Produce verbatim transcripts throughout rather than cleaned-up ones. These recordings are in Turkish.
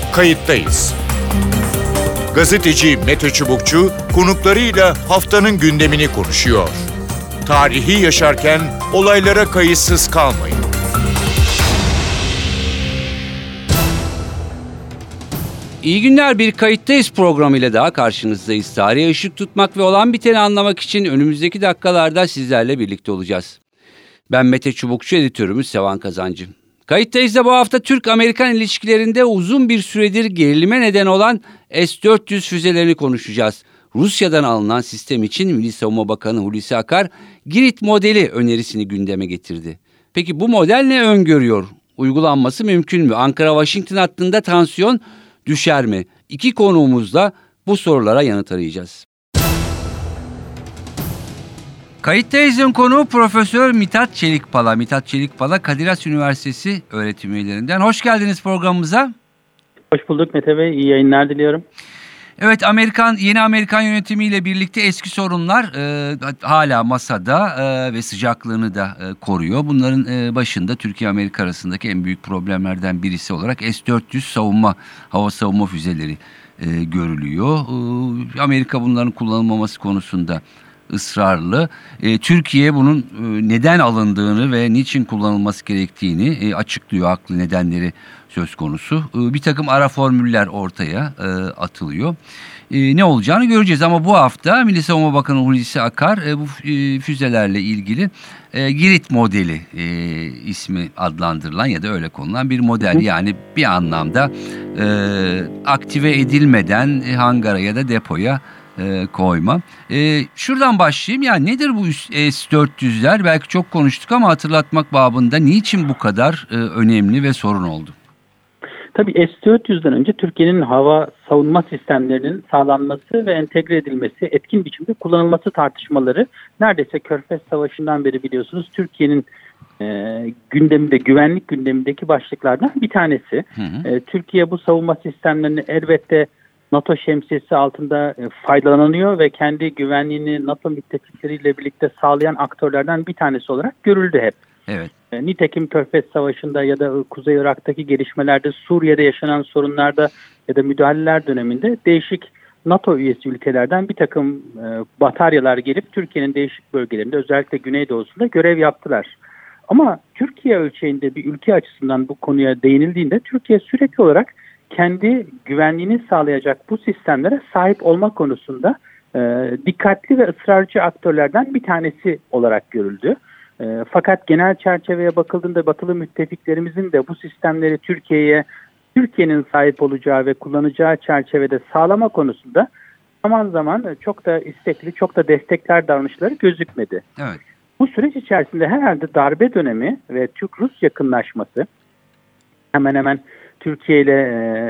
Kayıttayız. Gazeteci Mete Çubukçu konuklarıyla haftanın gündemini konuşuyor. Tarihi yaşarken olaylara kayıtsız kalmayın. İyi günler, bir Kayıttayız programıyla daha karşınızdayız. Tarihe ışık tutmak ve olan biteni anlamak için önümüzdeki dakikalarda sizlerle birlikte olacağız. Ben Mete Çubukçu, editörümüz Sevan Kazancı. Kayıttayız'da bu hafta Türk-Amerikan ilişkilerinde uzun bir süredir gerilime neden olan S dört yüz füzelerini konuşacağız. Rusya'dan alınan sistem için Milli Savunma Bakanı Hulusi Akar, Girit modeli önerisini gündeme getirdi. Peki bu model ne öngörüyor? Uygulanması mümkün mü? Ankara-Washington hattında tansiyon düşer mi? İki konuğumuzla bu sorulara yanıt arayacağız. Kayıttayız'ın konuğu Profesör Mithat Çelikpala. Mithat Çelikpala, Kadir Has Üniversitesi öğretim üyelerinden. Hoş geldiniz programımıza. Hoş bulduk Mete Bey. İyi yayınlar diliyorum. Evet, Amerikan yeni Amerikan yönetimiyle birlikte eski sorunlar e, hala masada e, ve sıcaklığını da e, koruyor. Bunların e, başında Türkiye-Amerika arasındaki en büyük problemlerden birisi olarak S dört yüz savunma, hava savunma füzeleri e, görülüyor. E, Amerika bunların kullanılmaması konusunda ısrarlı. E, Türkiye bunun e, neden alındığını ve niçin kullanılması gerektiğini e, açıklıyor, haklı nedenleri söz konusu. E, bir takım ara formüller ortaya e, atılıyor. E, ne olacağını göreceğiz ama bu hafta Milli Savunma Bakanı Hulusi Akar e, bu e, füzelerle ilgili e, Girit modeli e, ismi adlandırılan ya da öyle konulan bir model. Yani bir anlamda e, aktive edilmeden e, hangara ya da depoya E, koyma. E, şuradan başlayayım. Yani nedir bu S dört yüzler? Belki çok konuştuk ama hatırlatmak babında niçin bu kadar e, önemli ve sorun oldu? Tabii S dört yüzden önce Türkiye'nin hava savunma sistemlerinin sağlanması ve entegre edilmesi, etkin biçimde kullanılması tartışmaları neredeyse Körfez Savaşı'ndan beri biliyorsunuz Türkiye'nin e, gündeminde, güvenlik gündemindeki başlıklardan bir tanesi. Hı hı. E, Türkiye bu savunma sistemlerini elbette NATO şemsiyesi altında faydalanıyor ve kendi güvenliğini NATO müttefikleriyle birlikte sağlayan aktörlerden bir tanesi olarak görüldü hep. Evet. Nitekim Körfez Savaşı'nda ya da Kuzey Irak'taki gelişmelerde, Suriye'de yaşanan sorunlarda ya da müdahaleler döneminde değişik NATO üyesi ülkelerden bir takım bataryalar gelip Türkiye'nin değişik bölgelerinde, özellikle Güneydoğu'sunda görev yaptılar. Ama Türkiye ölçeğinde bir ülke açısından bu konuya değinildiğinde Türkiye sürekli olarak kendi güvenliğini sağlayacak bu sistemlere sahip olma konusunda e, dikkatli ve ısrarcı aktörlerden bir tanesi olarak görüldü. E, fakat genel çerçeveye bakıldığında batılı müttefiklerimizin de bu sistemleri Türkiye'ye, Türkiye'nin sahip olacağı ve kullanacağı çerçevede sağlama konusunda zaman zaman çok da istekli, çok da destekler davranışları gözükmedi. Evet. Bu süreç içerisinde herhalde darbe dönemi ve Türk-Rus yakınlaşması hemen hemen Türkiye ile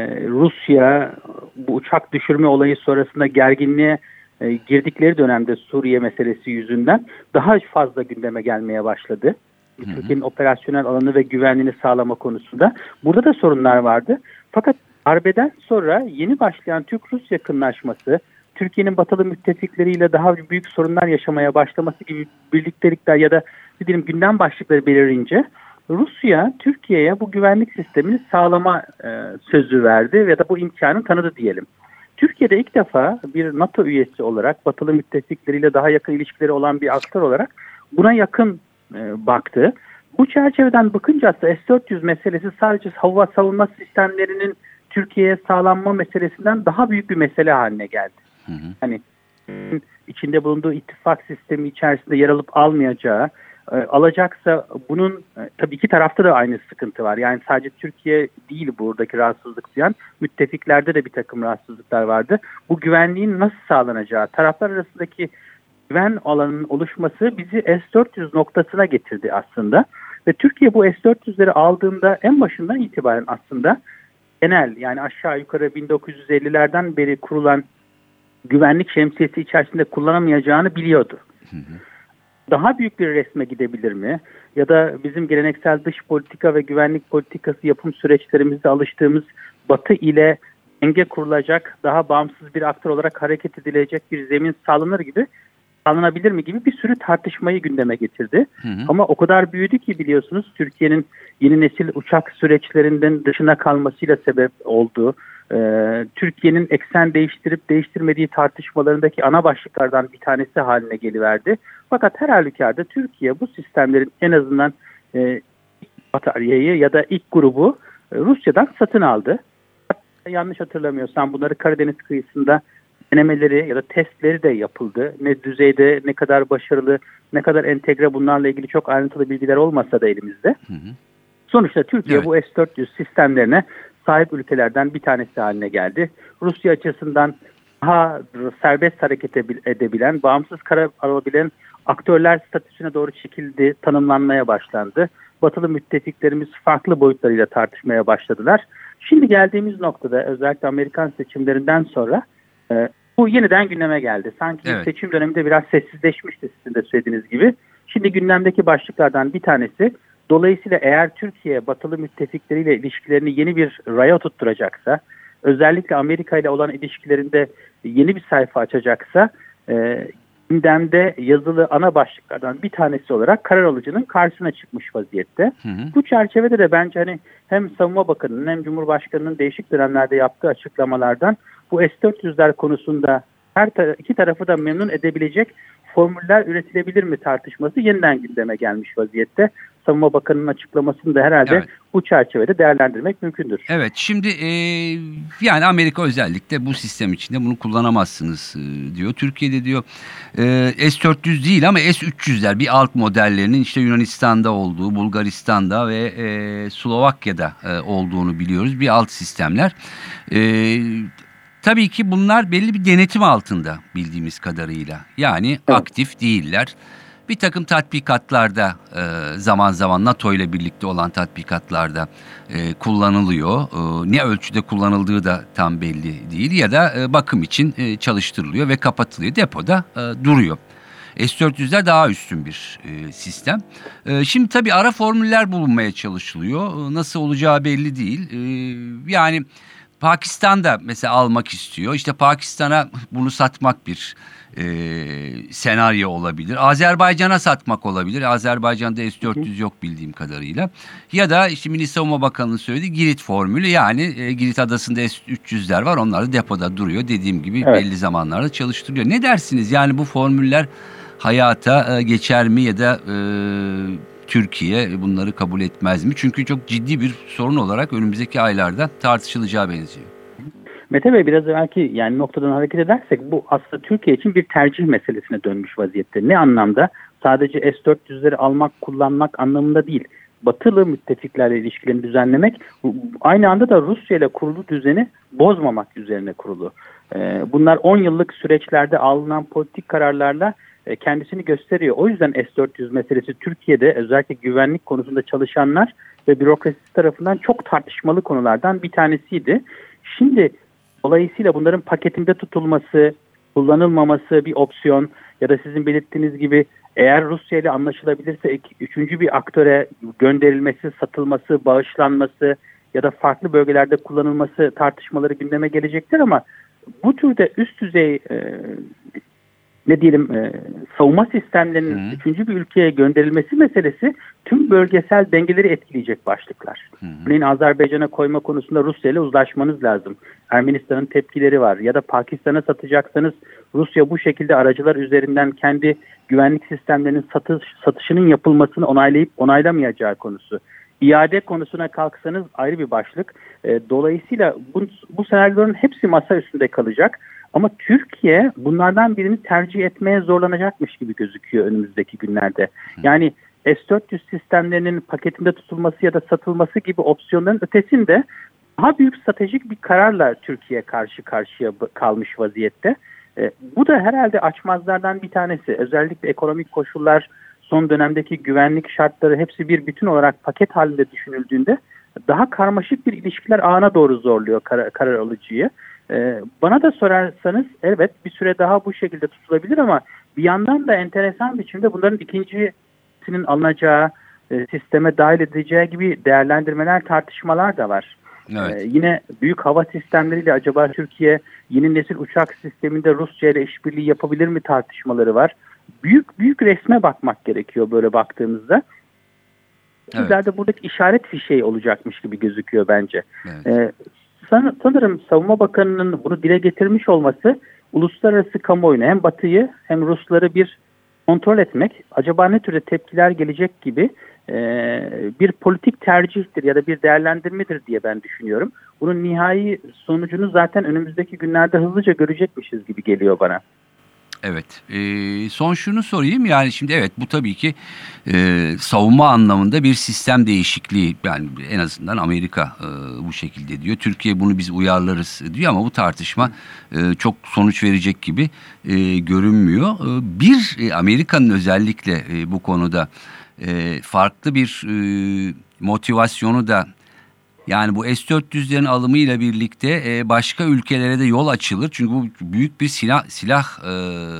Rusya bu uçak düşürme olayı sonrasında gerginliğe girdikleri dönemde Suriye meselesi yüzünden daha fazla gündeme gelmeye başladı. Hı hı. Türkiye'nin operasyonel alanı ve güvenliğini sağlama konusunda. Burada da sorunlar vardı. Fakat darbeden sonra yeni başlayan Türk-Rus yakınlaşması, Türkiye'nin batılı müttefikleriyle daha büyük sorunlar yaşamaya başlaması gibi birliktelikler ya da bir dilim gündem başlıkları belirince Rusya, Türkiye'ye bu güvenlik sistemini sağlama e, sözü verdi ya da bu imkanı tanıdı diyelim. Türkiye'de ilk defa bir NATO üyesi olarak, batılı müttefikleriyle daha yakın ilişkileri olan bir aktör olarak buna yakın e, baktı. Bu çerçeveden bakınca aslında S dört yüz meselesi sadece hava savunma sistemlerinin Türkiye'ye sağlanma meselesinden daha büyük bir mesele haline geldi. Hı hı. Hani içinde bulunduğu ittifak sistemi içerisinde yer alıp almayacağı, alacaksa bunun tabii iki tarafta da aynı sıkıntı var. Yani sadece Türkiye değil buradaki rahatsızlık duyan, müttefiklerde de bir takım rahatsızlıklar vardı. Bu güvenliğin nasıl sağlanacağı, taraflar arasındaki güven alanının oluşması bizi S dört yüz noktasına getirdi aslında. Ve Türkiye bu S dört yüzleri aldığında en başından itibaren aslında genel, yani aşağı yukarı bin dokuz yüz ellilerden beri kurulan güvenlik şemsiyesi içerisinde kullanamayacağını biliyordu. Hı hı. Daha büyük bir resme gidebilir mi? Ya da bizim geleneksel dış politika ve güvenlik politikası yapım süreçlerimizde alıştığımız Batı ile denge kurulacak, daha bağımsız bir aktör olarak hareket edilecek bir zemin sağlanır gibi sağlanabilir mi gibi bir sürü tartışmayı gündeme getirdi. Hı hı. Ama o kadar büyüdü ki biliyorsunuz Türkiye'nin yeni nesil uçak süreçlerinden dışına kalmasıyla sebep oldu. Ee, Türkiye'nin eksen değiştirip değiştirmediği tartışmalarındaki ana başlıklardan bir tanesi haline geliverdi. Fakat her halükarda Türkiye bu sistemlerin en azından e, bataryayı ya da ilk grubu e, Rusya'dan satın aldı. Hatta yanlış hatırlamıyorsam bunları Karadeniz kıyısında denemeleri ya da testleri de yapıldı. Ne düzeyde, ne kadar başarılı, ne kadar entegre, bunlarla ilgili çok ayrıntılı bilgiler olmasa da elimizde. Hı hı. Sonuçta Türkiye evet. bu S dört yüz sistemlerine sahip ülkelerden bir tanesi haline geldi. Rusya açısından daha serbest hareket edebilen, bağımsız karar alabilen aktörler statüsüne doğru çekildi, tanımlanmaya başlandı. Batılı müttefiklerimiz farklı boyutlarıyla tartışmaya başladılar. Şimdi geldiğimiz noktada özellikle Amerikan seçimlerinden sonra e, bu yeniden gündeme geldi. Sanki evet. seçim döneminde biraz sessizleşmişti sizin de söylediğiniz gibi. Şimdi gündemdeki başlıklardan bir tanesi. Dolayısıyla eğer Türkiye batılı müttefikleriyle ilişkilerini yeni bir raya tutturacaksa, özellikle Amerika ile olan ilişkilerinde yeni bir sayfa açacaksa, e, gündemde yazılı ana başlıklardan bir tanesi olarak karar alıcının karşısına çıkmış vaziyette. Hı hı. Bu çerçevede de bence hani hem Savunma Bakanı'nın hem Cumhurbaşkanı'nın değişik dönemlerde yaptığı açıklamalardan bu S dört yüzler konusunda her ta- iki tarafı da memnun edebilecek formüller üretilebilir mi tartışması yeniden gündeme gelmiş vaziyette. Savunma Bakanı'nın açıklamasını da herhalde evet. bu çerçevede değerlendirmek mümkündür. Evet, şimdi e, yani Amerika özellikle bu sistem içinde bunu kullanamazsınız e, diyor. Türkiye'de diyor e, S dört yüz değil ama S üç yüzler bir alt modellerinin işte Yunanistan'da olduğu, Bulgaristan'da ve e, Slovakya'da e, olduğunu biliyoruz. Bir alt sistemler. E, tabii ki bunlar belli bir denetim altında bildiğimiz kadarıyla. Yani evet. aktif değiller. Bir takım tatbikatlarda e, zaman zaman NATO ile birlikte olan tatbikatlarda e, kullanılıyor. E, ne ölçüde kullanıldığı da tam belli değil ya da e, bakım için e, çalıştırılıyor ve kapatılıyor. Depoda e, duruyor. S dört yüzler daha üstün bir e, sistem. E, şimdi tabii ara formüller bulunmaya çalışılıyor. E, nasıl olacağı belli değil. E, yani Pakistan da mesela almak istiyor. İşte Pakistan'a bunu satmak bir e, senaryo olabilir. Azerbaycan'a satmak olabilir. Azerbaycan'da S dört yüz yok bildiğim kadarıyla. Ya da işte Milli Savunma Bakanı'nın söylediği Girit formülü. Yani e, Girit Adası'nda S üç yüzler var. Onlar da depoda duruyor. Dediğim gibi evet. belli zamanlarda çalıştırılıyor. Ne dersiniz? Yani bu formüller hayata e, geçer mi ya da e, Türkiye bunları kabul etmez mi? Çünkü çok ciddi bir sorun olarak önümüzdeki aylarda tartışılacağı benziyor. Mete Bey, biraz evvelki yani noktadan hareket edersek bu aslında Türkiye için bir tercih meselesine dönmüş vaziyette. Ne anlamda? Sadece S dört yüzleri almak, kullanmak anlamında değil. Batılı müttefiklerle ilişkilerini düzenlemek, aynı anda da Rusya ile kurulu düzeni bozmamak üzerine kurulu. Bunlar on yıllık süreçlerde alınan politik kararlarla kendisini gösteriyor. O yüzden S dört yüz meselesi Türkiye'de özellikle güvenlik konusunda çalışanlar ve bürokrasi tarafından çok tartışmalı konulardan bir tanesiydi. Şimdi dolayısıyla bunların paketinde tutulması, kullanılmaması bir opsiyon ya da sizin belirttiğiniz gibi eğer Rusya ile anlaşılabilirse üçüncü bir aktöre gönderilmesi, satılması, bağışlanması ya da farklı bölgelerde kullanılması tartışmaları gündeme gelecektir ama bu türde üst düzey e, ne diyelim e, savunma sistemlerinin Hı. üçüncü bir ülkeye gönderilmesi meselesi tüm bölgesel dengeleri etkileyecek başlıklar. Hı. Örneğin Azerbaycan'a koyma konusunda Rusya ile uzlaşmanız lazım. Ermenistan'ın tepkileri var ya da Pakistan'a satacaksanız Rusya bu şekilde aracılar üzerinden kendi güvenlik sistemlerinin satış, satışının yapılmasını onaylayıp onaylamayacağı konusu. İade konusuna kalksanız ayrı bir başlık. E, dolayısıyla bu, bu senaryoların hepsi masa üstünde kalacak. Ama Türkiye bunlardan birini tercih etmeye zorlanacakmış gibi gözüküyor önümüzdeki günlerde. Yani S dört yüz sistemlerinin paketinde tutulması ya da satılması gibi opsiyonların ötesinde daha büyük stratejik bir kararla Türkiye karşı karşıya kalmış vaziyette. E, bu da herhalde açmazlardan bir tanesi. Özellikle ekonomik koşullar, son dönemdeki güvenlik şartları hepsi bir bütün olarak paket halinde düşünüldüğünde daha karmaşık bir ilişkiler ağına doğru zorluyor karar, karar alıcıyı. Ee, bana da sorarsanız evet bir süre daha bu şekilde tutulabilir ama bir yandan da enteresan biçimde bunların ikincisinin alınacağı, e, sisteme dahil edileceği gibi değerlendirmeler, tartışmalar da var. Evet. Ee, yine büyük hava sistemleriyle acaba Türkiye yeni nesil uçak sisteminde Rusya ile işbirliği yapabilir mi tartışmaları var. büyük büyük resme bakmak gerekiyor böyle baktığımızda. Evet. Bizlerde buradaki işaret fişeği olacakmış gibi gözüküyor bence. Evet. Ee, san, sanırım Savunma Bakanı'nın bunu dile getirmiş olması uluslararası kamuoyunu hem Batı'yı hem Rusları bir kontrol etmek, acaba ne türde tepkiler gelecek gibi e, bir politik tercihtir ya da bir değerlendirmedir diye ben düşünüyorum. Bunun nihai sonucunu zaten önümüzdeki günlerde hızlıca görecekmişiz gibi geliyor bana. Evet. Ee, son şunu sorayım, yani şimdi evet bu tabii ki e, savunma anlamında bir sistem değişikliği, yani en azından Amerika e, bu şekilde diyor. Türkiye bunu biz uyarlarız diyor ama bu tartışma e, çok sonuç verecek gibi e, görünmüyor. E, bir e, Amerika'nın özellikle e, bu konuda e, farklı bir e, motivasyonu da, yani bu S dört yüzlerin alımıyla birlikte e, başka ülkelere de yol açılır. Çünkü bu büyük bir silah silah e,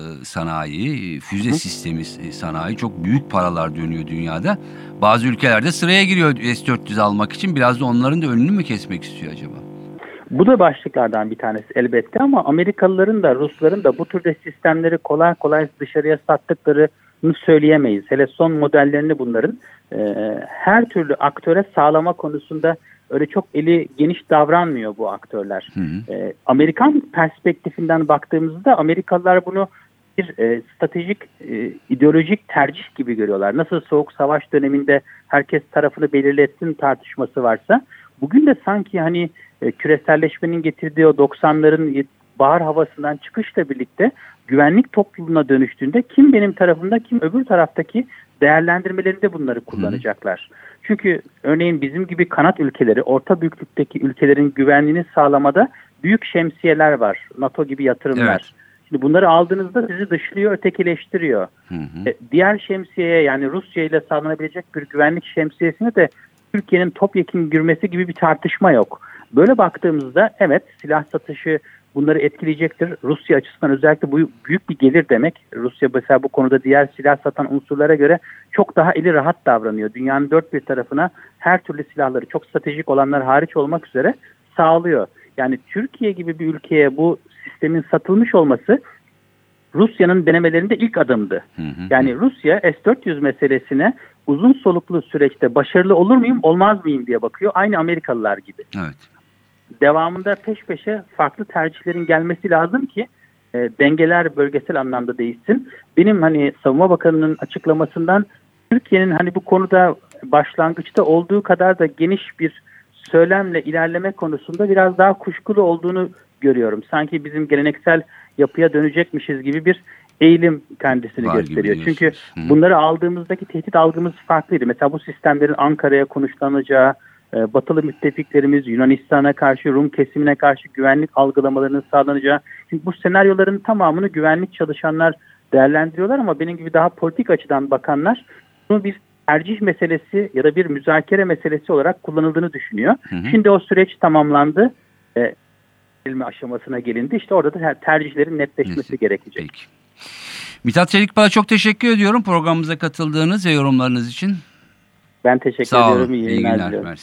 sanayi, füze sistemi sanayi. Çok büyük paralar dönüyor dünyada. Bazı ülkelerde sıraya giriyor S dört yüz almak için. Biraz da onların da önünü mü kesmek istiyor acaba? Bu da başlıklardan bir tanesi elbette ama Amerikalıların da Rusların da bu türde sistemleri kolay kolay dışarıya sattıklarını söyleyemeyiz. Hele son modellerini bunların e, her türlü aktöre sağlama konusunda öyle çok eli geniş davranmıyor bu aktörler. Hı hı. E, Amerikan perspektifinden baktığımızda Amerikalılar bunu bir e, stratejik, e, ideolojik tercih gibi görüyorlar. Nasıl Soğuk Savaş döneminde herkes tarafını belirletsin tartışması varsa, bugün de sanki hani e, küreselleşmenin getirdiği o doksanların bahar havasından çıkışla birlikte güvenlik topluluğuna dönüştüğünde kim benim tarafımda kim öbür taraftaki değerlendirmelerinde bunları kullanacaklar. Hı. Çünkü örneğin bizim gibi kanat ülkeleri, orta büyüklükteki ülkelerin güvenliğini sağlamada büyük şemsiyeler var. NATO gibi yatırımlar. Evet. Şimdi bunları aldığınızda sizi dışlıyor, ötekileştiriyor. Hı hı. E, diğer şemsiyeye, yani Rusya ile sağlanabilecek bir güvenlik şemsiyesine de Türkiye'nin topyekun girmesi gibi bir tartışma yok. Böyle baktığımızda evet, silah satışı bunları etkileyecektir. Rusya açısından özellikle bu büyük bir gelir demek. Rusya mesela bu konuda diğer silah satan unsurlara göre çok daha eli rahat davranıyor. Dünyanın dört bir tarafına her türlü silahları, çok stratejik olanlar hariç olmak üzere, sağlıyor. Yani Türkiye gibi bir ülkeye bu sistemin satılmış olması Rusya'nın denemelerinde ilk adımdı. Hı hı. Yani Rusya S dört yüz meselesine uzun soluklu süreçte başarılı olur muyum, olmaz mıyım diye bakıyor. Aynı Amerikalılar gibi. Evet. Devamında peş peşe farklı tercihlerin gelmesi lazım ki e, dengeler bölgesel anlamda değişsin. Benim hani Savunma Bakanı'nın açıklamasından Türkiye'nin hani bu konuda başlangıçta olduğu kadar da geniş bir söylemle ilerleme konusunda biraz daha kuşkulu olduğunu görüyorum. Sanki bizim geleneksel yapıya dönecekmişiz gibi bir eğilim kendisini Var gösteriyor. Çünkü Hı. bunları aldığımızdaki tehdit algımız farklıydı. Mesela bu sistemlerin Ankara'ya konuşlanacağı, batılı müttefiklerimiz Yunanistan'a karşı, Rum kesimine karşı güvenlik algılamalarının sağlanacağı. Çünkü bu senaryoların tamamını güvenlik çalışanlar değerlendiriyorlar ama benim gibi daha politik açıdan bakanlar bunu bir tercih meselesi ya da bir müzakere meselesi olarak kullanıldığını düşünüyor. Hı hı. Şimdi o süreç tamamlandı. E, aşamasına gelindi. İşte orada da tercihlerin netleşmesi Neyse. gerekecek. Peki. Mithat Çelikbal'a çok teşekkür ediyorum programımıza katıldığınız ve yorumlarınız için. Ben teşekkür Sağ ediyorum. olun. İyi, İyi günler. günler.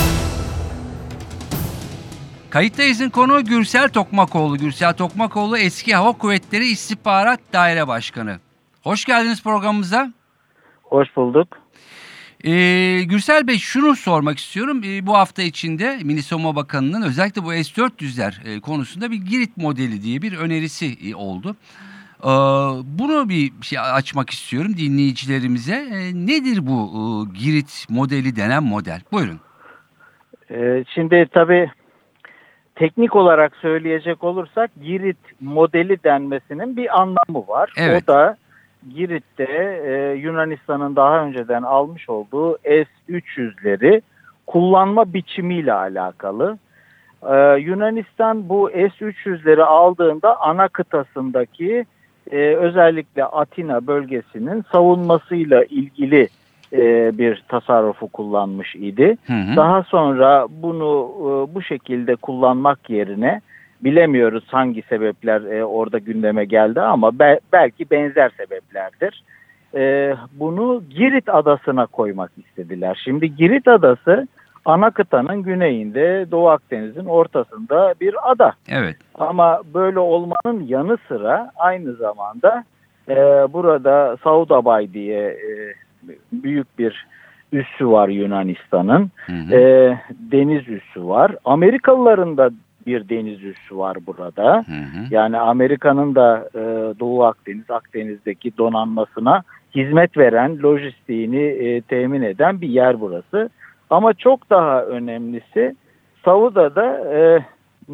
Kayıttayız'ın konuğu Gürsel Tokmakoğlu. Gürsel Tokmakoğlu eski Hava Kuvvetleri İstihbarat Daire Başkanı. Hoş geldiniz programımıza. Hoş bulduk. Ee, Gürsel Bey, şunu sormak istiyorum. Ee, bu hafta içinde Milli Savunma Bakanı'nın özellikle bu S dört yüzler e, konusunda bir Girit modeli diye bir önerisi e, oldu. Ee, bunu bir şey açmak istiyorum dinleyicilerimize. Ee, nedir bu e, Girit modeli denen model? Buyurun. Ee, şimdi tabii teknik olarak söyleyecek olursak Girit modeli denmesinin bir anlamı var. Evet. O da Girit'te e, Yunanistan'ın daha önceden almış olduğu S üç yüzleri kullanma biçimiyle alakalı. Ee, Yunanistan bu S üç yüzleri aldığında ana kıtasındaki e, özellikle Atina bölgesinin savunmasıyla ilgili e, bir tasarrufu kullanmış idi. Hı hı. Daha sonra bunu e, bu şekilde kullanmak yerine bilemiyoruz hangi sebepler e, orada gündeme geldi ama be, belki benzer sebeplerdir. E, bunu Girit adasına koymak istediler. Şimdi Girit adası ana kıtanın güneyinde, Doğu Akdeniz'in ortasında bir ada. Evet. Ama böyle olmanın yanı sıra aynı zamanda e, burada Saudabay diye e, büyük bir üssü var Yunanistan'ın. Hı hı. E, deniz üssü var. Amerikalıların da bir deniz üssü var burada. Hı hı. Yani Amerika'nın da e, Doğu Akdeniz, Akdeniz'deki donanmasına hizmet veren, lojistiğini e, temin eden bir yer burası. Ama çok daha önemlisi Sauda'da e,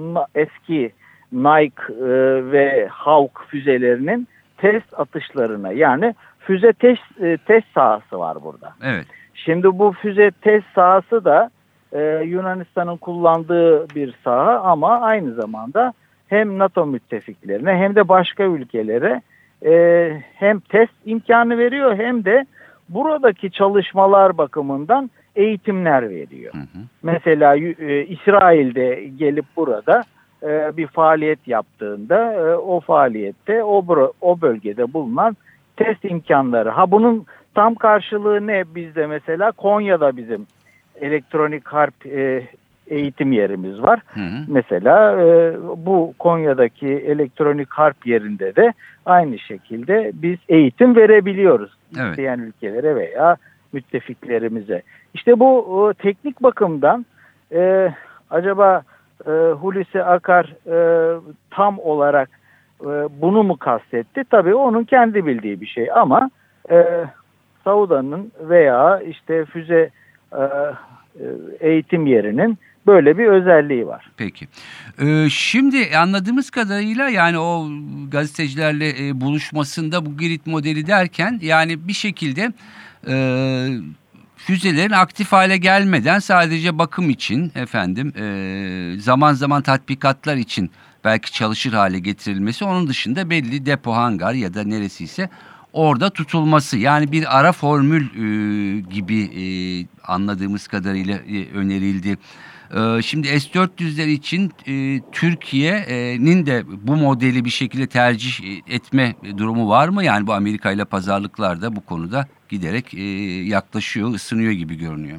eski Nike e, ve Hawk füzelerinin test atışlarına, yani füze test, e, test sahası var burada. Evet. Şimdi bu füze test sahası da e, Yunanistan'ın kullandığı bir saha ama aynı zamanda hem NATO müttefiklerine hem de başka ülkelere e, hem test imkanı veriyor hem de buradaki çalışmalar bakımından eğitimler veriyor. Hı hı. Mesela e, İsrail'de gelip burada e, bir faaliyet yaptığında e, o faaliyette o, o bölgede bulunan test imkanları. Ha bunun tam karşılığı ne bizde mesela? Konya'da bizim elektronik harp e, eğitim yerimiz var. Hı hı. Mesela e, bu Konya'daki elektronik harp yerinde de aynı şekilde biz eğitim verebiliyoruz. Evet. İsteyen ülkelere veya müttefiklerimize. İşte bu e, teknik bakımdan e, acaba e, Hulusi Akar e, tam olarak e, bunu mu kastetti? Tabii onun kendi bildiği bir şey ama e, Sauda'nın veya işte füze e, eğitim yerinin böyle bir özelliği var. Peki. Ee, şimdi anladığımız kadarıyla yani o gazetecilerle e, buluşmasında bu Girit modeli derken yani bir şekilde e, füzelerin aktif hale gelmeden sadece bakım için efendim e, zaman zaman tatbikatlar için belki çalışır hale getirilmesi, onun dışında belli depo, hangar ya da neresiyse orada tutulması, yani bir ara formül e, gibi e, anladığımız kadarıyla e, önerildi. E, şimdi S dört yüzler için e, Türkiye'nin de bu modeli bir şekilde tercih etme durumu var mı? Yani bu Amerika ile pazarlıklar da bu konuda giderek e, yaklaşıyor, ısınıyor gibi görünüyor.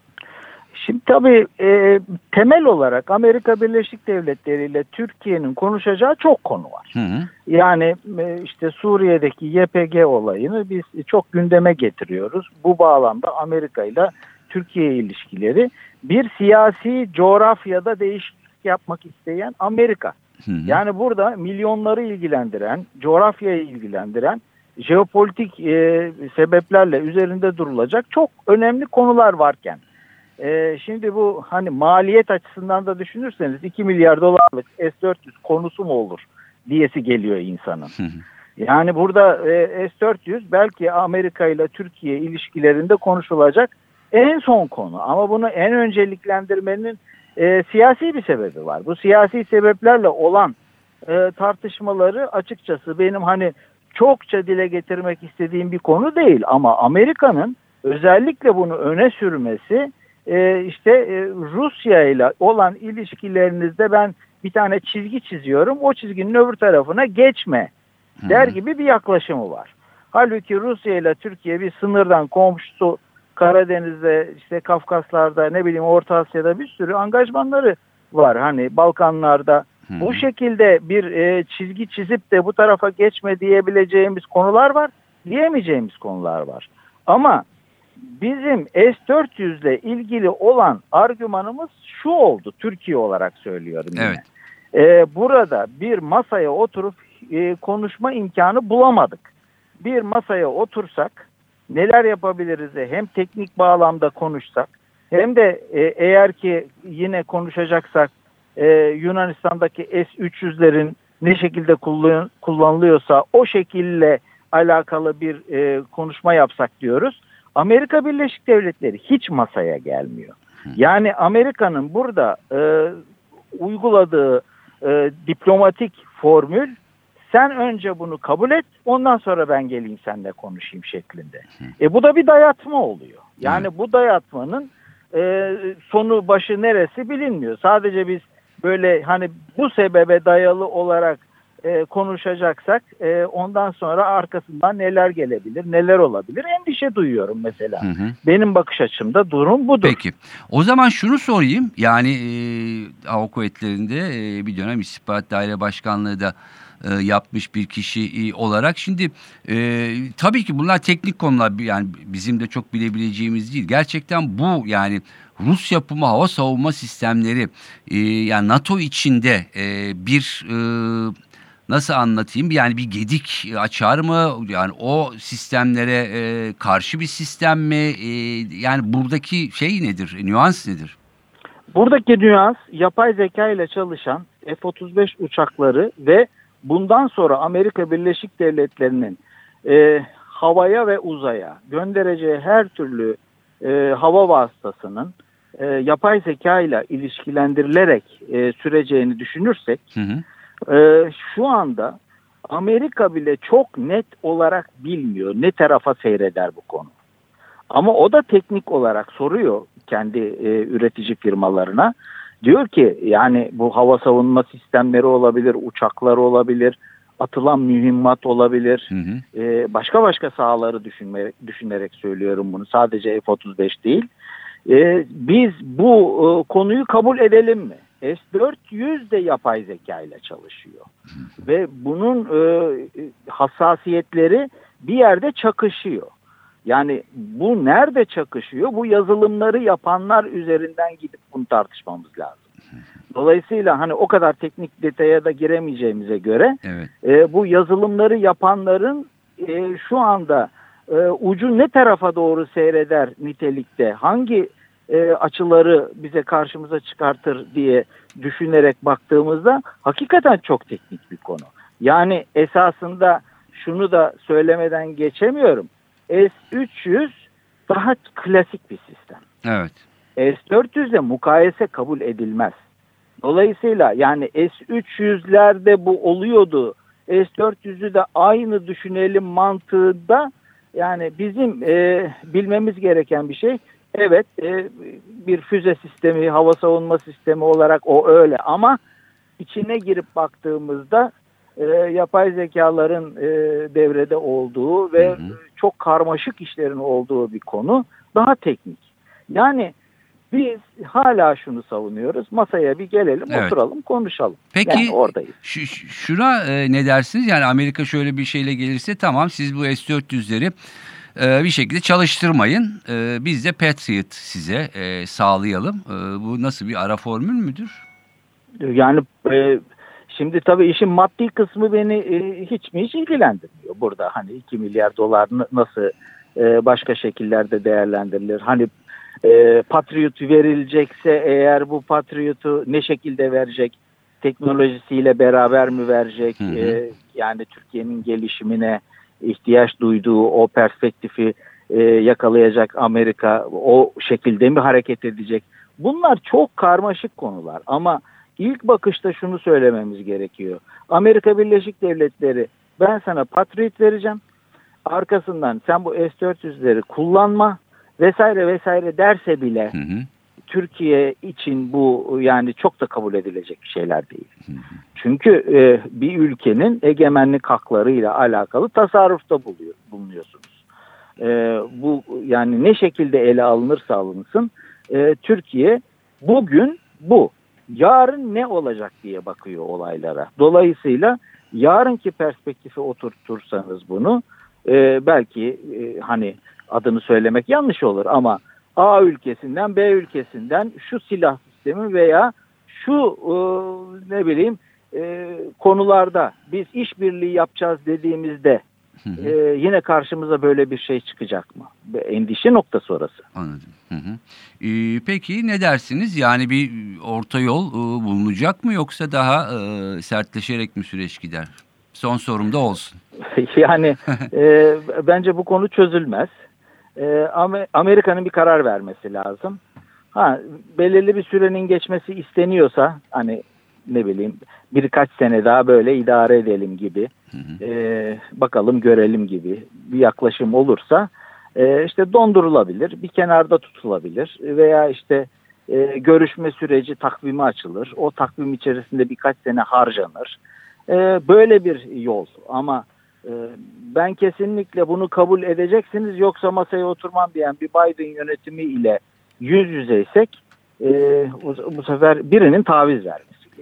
Şimdi tabii e, temel olarak Amerika Birleşik Devletleri ile Türkiye'nin konuşacağı çok konu var. Hı hı. Yani e, işte Suriye'deki Y P G olayını biz çok gündeme getiriyoruz. Bu bağlamda Amerika ile Türkiye ilişkileri, bir siyasi coğrafyada değişiklik yapmak isteyen Amerika. Hı hı. Yani burada milyonları ilgilendiren, coğrafyayı ilgilendiren, jeopolitik e, sebeplerle üzerinde durulacak çok önemli konular varken, Ee, şimdi bu hani maliyet açısından da düşünürseniz iki milyar dolarlık S dört yüz konusu mu olur diyesi geliyor insanın. Yani burada e, S dört yüz belki Amerika ile Türkiye ilişkilerinde konuşulacak en son konu. Ama bunu en önceliklendirmenin e, siyasi bir sebebi var. Bu siyasi sebeplerle olan e, tartışmaları açıkçası benim hani çokça dile getirmek istediğim bir konu değil. Ama Amerika'nın özellikle bunu öne sürmesi, Ee, işte e, Rusya ile olan ilişkilerinizde ben bir tane çizgi çiziyorum, o çizginin öbür tarafına geçme der gibi bir yaklaşımı var. Halbuki Rusya ile Türkiye bir sınırdan komşusu, Karadeniz'de, işte Kafkaslar'da, ne bileyim Orta Asya'da bir sürü angajmanları var. Hani Balkanlar'da hmm. bu şekilde bir e, çizgi çizip de bu tarafa geçme diyebileceğimiz konular var, diyemeyeceğimiz konular var. Ama bizim S dört yüz ile ilgili olan argümanımız şu oldu, Türkiye olarak söylüyorum yine. Evet. Ee, burada bir masaya oturup e, konuşma imkanı bulamadık. Bir masaya otursak neler yapabiliriz de hem teknik bağlamda konuşsak hem de e, eğer ki yine konuşacaksak e, Yunanistan'daki S üç yüzlerin ne şekilde kullan, kullanılıyorsa o şekilde alakalı bir e, konuşma yapsak diyoruz. Amerika Birleşik Devletleri hiç masaya gelmiyor. Yani Amerika'nın burada e, uyguladığı e, diplomatik formül, sen önce bunu kabul et, ondan sonra ben geleyim seninle konuşayım şeklinde. E bu da bir dayatma oluyor. Yani Hı. bu dayatmanın e, sonu başı neresi bilinmiyor. Sadece biz böyle hani bu sebebe dayalı olarak E, konuşacaksak e, ondan sonra arkasından neler gelebilir, neler olabilir endişe duyuyorum mesela. Hı hı. Benim bakış açımda durum budur. Peki. O zaman şunu sorayım. Yani e, Hava Kuvvetleri'nde e, bir dönem İstihbarat Daire Başkanlığı da e, yapmış bir kişi e, olarak. Şimdi e, tabii ki bunlar teknik konular, yani bizim de çok bilebileceğimiz değil. Gerçekten bu yani Rus yapımı hava savunma sistemleri e, yani NATO içinde e, bir e, nasıl anlatayım, yani bir gedik açar mı? Yani o sistemlere e, karşı bir sistem mi? E, yani buradaki şey nedir? Nüans nedir? Buradaki nüans yapay zeka ile çalışan F otuz beş uçakları ve bundan sonra Amerika Birleşik Devletleri'nin e, havaya ve uzaya göndereceği her türlü e, hava vasıtasının e, yapay zeka ile ilişkilendirilerek e, süreceğini düşünürsek, hı hı. E, şu anda Amerika bile çok net olarak bilmiyor ne tarafa seyreder bu konu. Ama o da teknik olarak soruyor kendi e, üretici firmalarına. Diyor ki yani bu hava savunma sistemleri olabilir, uçaklar olabilir, atılan mühimmat olabilir. Hı hı. E, başka başka sahaları düşünme, düşünerek söylüyorum bunu. Sadece F otuz beş değil. E, biz bu e, konuyu kabul edelim mi? S dört yüz de yapay zeka ile çalışıyor. Hı. Ve bunun e, hassasiyetleri bir yerde çakışıyor. Yani bu nerede çakışıyor? Bu yazılımları yapanlar üzerinden gidip bunu tartışmamız lazım. Dolayısıyla hani o kadar teknik detaya da giremeyeceğimize göre evet. e, bu yazılımları yapanların e, şu anda e, ucu ne tarafa doğru seyreder nitelikte, hangi e, açıları bize karşımıza çıkartır diye düşünerek baktığımızda hakikaten çok teknik bir konu. Yani esasında şunu da söylemeden geçemiyorum. S üç yüz daha klasik bir sistem. Evet. S dört yüz ile mukayese kabul edilmez. Dolayısıyla yani S üç yüzlerde bu oluyordu. S dört yüzü de aynı düşünelim mantığında, yani bizim e, bilmemiz gereken bir şey. Evet, e, bir füze sistemi, hava savunma sistemi olarak o öyle, ama içine girip baktığımızda E, yapay zekaların e, devrede olduğu ve hı hı. çok karmaşık işlerin olduğu bir konu, daha teknik. Yani biz hala şunu savunuyoruz. Masaya bir gelelim, evet. oturalım, konuşalım. Peki yani oradayız. Şu, şuna e, ne dersiniz? Yani Amerika şöyle bir şeyle gelirse, tamam siz bu S dört yüzleri e, bir şekilde çalıştırmayın. E, biz de Patriot size e, sağlayalım. E, bu nasıl bir ara formül müdür? Yani e, Şimdi tabii işin maddi kısmı beni e, hiç mi hiç ilgilendirmiyor. Burada hani iki milyar dolar nasıl e, başka şekillerde değerlendirilir? Hani e, Patriot verilecekse eğer, bu Patriot'u ne şekilde verecek? Teknolojisiyle beraber mi verecek? Hı hı. E, yani Türkiye'nin gelişimine ihtiyaç duyduğu o perspektifi e, yakalayacak Amerika o şekilde mi hareket edecek? Bunlar çok karmaşık konular, ama İlk bakışta şunu söylememiz gerekiyor. Amerika Birleşik Devletleri, ben sana Patriot vereceğim, arkasından sen bu S dört yüzleri kullanma vesaire vesaire derse bile, hı hı. Türkiye için bu yani çok da kabul edilecek şeyler değil. Hı hı. Çünkü e, bir ülkenin egemenlik haklarıyla alakalı tasarrufta buluyor, bulunuyorsunuz. E, bu yani ne şekilde ele alınırsa alınsın, e, Türkiye bugün bu. Yarın ne olacak diye bakıyor olaylara. Dolayısıyla yarınki perspektife oturtursanız bunu, e, belki e, hani adını söylemek yanlış olur, ama A ülkesinden B ülkesinden şu silah sistemi veya şu e, ne bileyim e, konularda biz işbirliği yapacağız dediğimizde hı hı. E, yine karşımıza böyle bir şey çıkacak mı? Endişe noktası orası. Anladım. Hı hı. Ee, peki ne dersiniz? Yani bir orta yol e, bulunacak mı, yoksa daha e, sertleşerek mi süreç gider? Son sorum da olsun. Yani e, bence bu konu çözülmez. E, Amerika'nın bir karar vermesi lazım. Ha, belirli bir sürenin geçmesi isteniyorsa, hani ne bileyim birkaç sene daha böyle idare edelim gibi, hı hı. E, bakalım görelim gibi bir yaklaşım olursa, e, işte dondurulabilir, bir kenarda tutulabilir veya işte e, görüşme süreci takvimi açılır. O takvim içerisinde birkaç sene harcanır. E, böyle bir yol, ama e, ben kesinlikle bunu kabul edeceksiniz yoksa masaya oturmam diyen bir Biden yönetimi ile yüz yüzeysek, e, bu, bu sefer birinin taviz vermesi gerekiyor.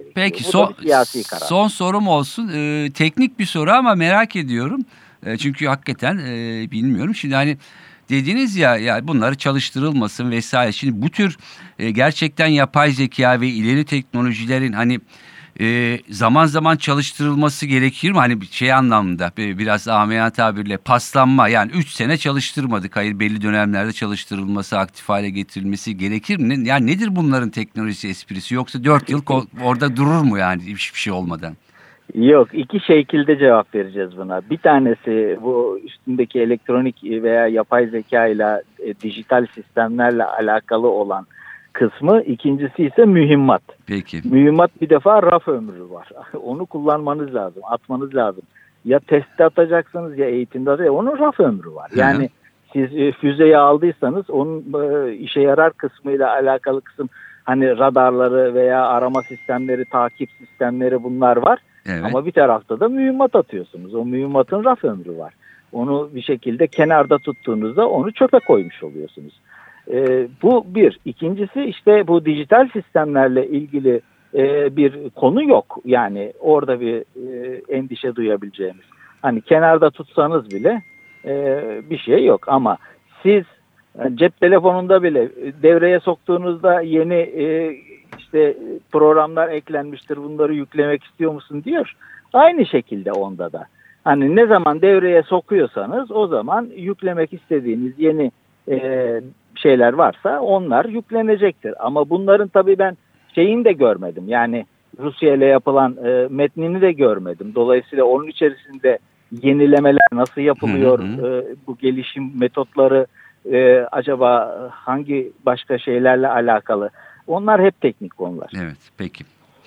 Peki Bu son, da bir siyasi karar. son sorum olsun. Ee, teknik bir soru ama merak ediyorum. Ee, çünkü hakikaten e, bilmiyorum. Şimdi hani dediniz ya, ya bunları çalıştırılmasın vesaire. Şimdi bu tür e, gerçekten yapay zeka ve ileri teknolojilerin hani e, zaman zaman çalıştırılması gerekir mi? Hani bir şey anlamında biraz amiyane tabirle paslanma, yani üç sene çalıştırmadık. Hayır, belli dönemlerde çalıştırılması, aktif hale getirilmesi gerekir mi? Yani nedir bunların teknolojisi, esprisi, yoksa dört yıl orada durur mu yani hiçbir şey olmadan? Yok, iki şekilde cevap vereceğiz buna. Bir tanesi bu üstündeki elektronik veya yapay zeka ile e, dijital sistemlerle alakalı olan kısmı. İkincisi ise mühimmat. Peki. Mühimmat bir defa raf ömrü var. Onu kullanmanız lazım, atmanız lazım. Ya testte atacaksınız ya eğitimde atacaksınız. Onun raf ömrü var. Yani Hı-hı. siz e, füzeyi aldıysanız onun e, işe yarar kısmıyla alakalı kısım, hani radarları veya arama sistemleri, takip sistemleri, bunlar var. Evet. Ama bir tarafta da mühimmat atıyorsunuz. O mühimmatın raf ömrü var. Onu bir şekilde kenarda tuttuğunuzda onu çöpe koymuş oluyorsunuz. Ee, bu bir. İkincisi işte bu dijital sistemlerle ilgili e, bir konu yok. Yani orada bir e, endişe duyabileceğimiz. Hani kenarda tutsanız bile e, bir şey yok. Ama siz yani cep telefonunda bile devreye soktuğunuzda yeni e, işte programlar eklenmiştir, bunları yüklemek istiyor musun diyor. Aynı şekilde onda da. Hani ne zaman devreye sokuyorsanız o zaman yüklemek istediğiniz yeni e, şeyler varsa onlar yüklenecektir. Ama bunların tabii ben şeyini de görmedim. Yani Rusya ile yapılan e, metnini de görmedim. Dolayısıyla onun içerisinde yenilemeler nasıl yapılıyor, hı hı. E, bu gelişim metotları e, acaba hangi başka şeylerle alakalı? Onlar hep teknik konular. Evet, peki.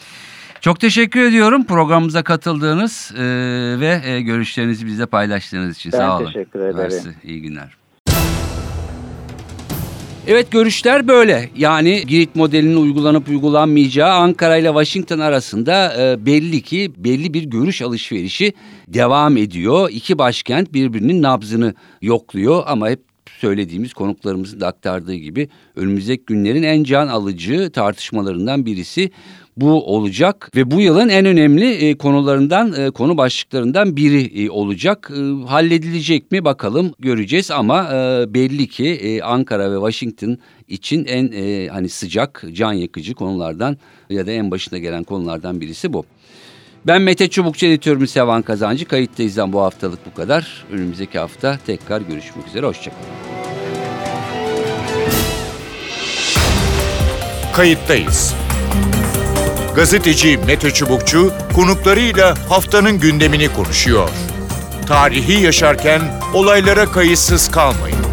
Çok teşekkür ediyorum programımıza katıldığınız e, ve e, görüşlerinizi bizle paylaştığınız için. Ben sağ olun. Ben teşekkür ederim. Mersi, iyi günler. Evet, görüşler böyle. Yani Girit modelinin uygulanıp uygulanmayacağı Ankara ile Washington arasında e, belli ki belli bir görüş alışverişi devam ediyor. İki başkent birbirinin nabzını yokluyor ama hep söylediğimiz, konuklarımızın da aktardığı gibi önümüzdeki günlerin en can alıcı tartışmalarından birisi bu olacak ve bu yılın en önemli e, konularından, e, konu başlıklarından biri e, olacak. E, halledilecek mi bakalım, göreceğiz ama e, belli ki e, Ankara ve Washington için en e, hani sıcak, can yakıcı konulardan ya da en başına gelen konulardan birisi bu. Ben Mete Çubukçu, editörümüz Sevan Kazancı. Kayıttayız'dan bu haftalık bu kadar. Önümüzdeki hafta tekrar görüşmek üzere. Hoşçakalın. Kayıttayız. Gazeteci Mete Çubukçu konuklarıyla haftanın gündemini konuşuyor. Tarihi yaşarken olaylara kayıtsız kalmayın.